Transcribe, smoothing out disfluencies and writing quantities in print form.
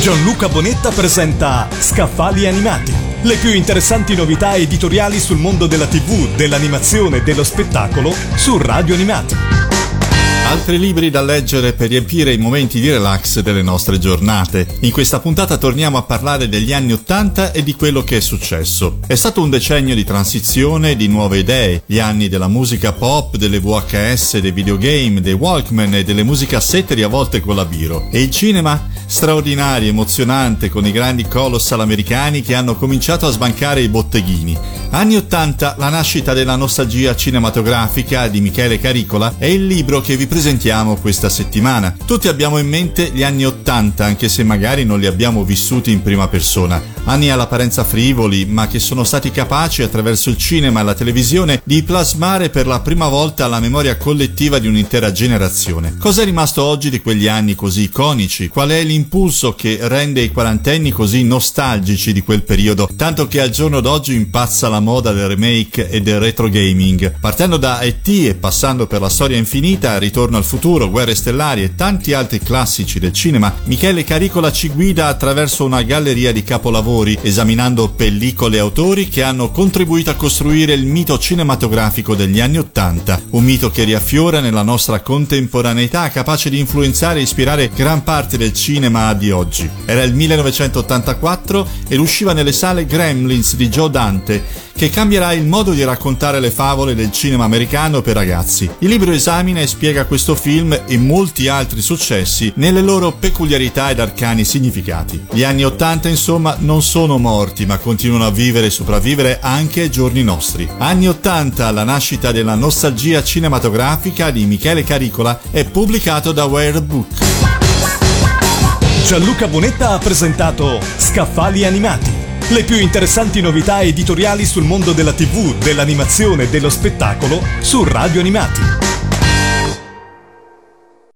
Gianluca Bonetta presenta Scaffali Animati, le più interessanti novità editoriali sul mondo della TV, dell'animazione e dello spettacolo su Radio Animati. Altri libri da leggere per riempire i momenti di relax delle nostre giornate. In questa puntata torniamo a parlare degli anni '80 e di quello che è successo. È stato un decennio di transizione, di nuove idee, gli anni della musica pop, delle VHS, dei videogame, dei Walkman e delle musicassette a volte con la biro. E il cinema? Straordinario, emozionante, con i grandi colossal americani che hanno cominciato a sbancare i botteghini. Anni '80, la nascita della nostalgia cinematografica di Michele Caricola è il libro che vi presentiamo questa settimana. Tutti abbiamo in mente gli anni '80, anche se magari non li abbiamo vissuti in prima persona. Anni all'apparenza frivoli, ma che sono stati capaci attraverso il cinema e la televisione di plasmare per la prima volta la memoria collettiva di un'intera generazione. Cosa è rimasto oggi di quegli anni così iconici? Qual è l'impulso che rende i quarantenni così nostalgici di quel periodo, tanto che al giorno d'oggi impazza la moda del remake e del retro gaming? Partendo da E.T. e passando per La storia infinita, Ritorno al futuro, Guerre stellari e tanti altri classici del cinema, Michele Caricola ci guida attraverso una galleria di capolavori, esaminando pellicole e autori che hanno contribuito a costruire il mito cinematografico degli anni '80, un mito che riaffiora nella nostra contemporaneità, capace di influenzare e ispirare gran parte del cinema di oggi. Era il 1984 e usciva nelle sale Gremlins di Joe Dante, che cambierà il modo di raccontare le favole del cinema americano per ragazzi. Il libro esamina e spiega questo film e molti altri successi nelle loro peculiarità ed arcani significati. Gli anni '80, insomma, non sono morti, ma continuano a vivere e sopravvivere anche ai giorni nostri. Anni '80, la nascita della nostalgia cinematografica di Michele Caricola, è pubblicato da Wire Book. Gianluca Bonetta ha presentato Scaffali Animati, le più interessanti novità editoriali sul mondo della TV, dell'animazione e dello spettacolo su Radio Animati.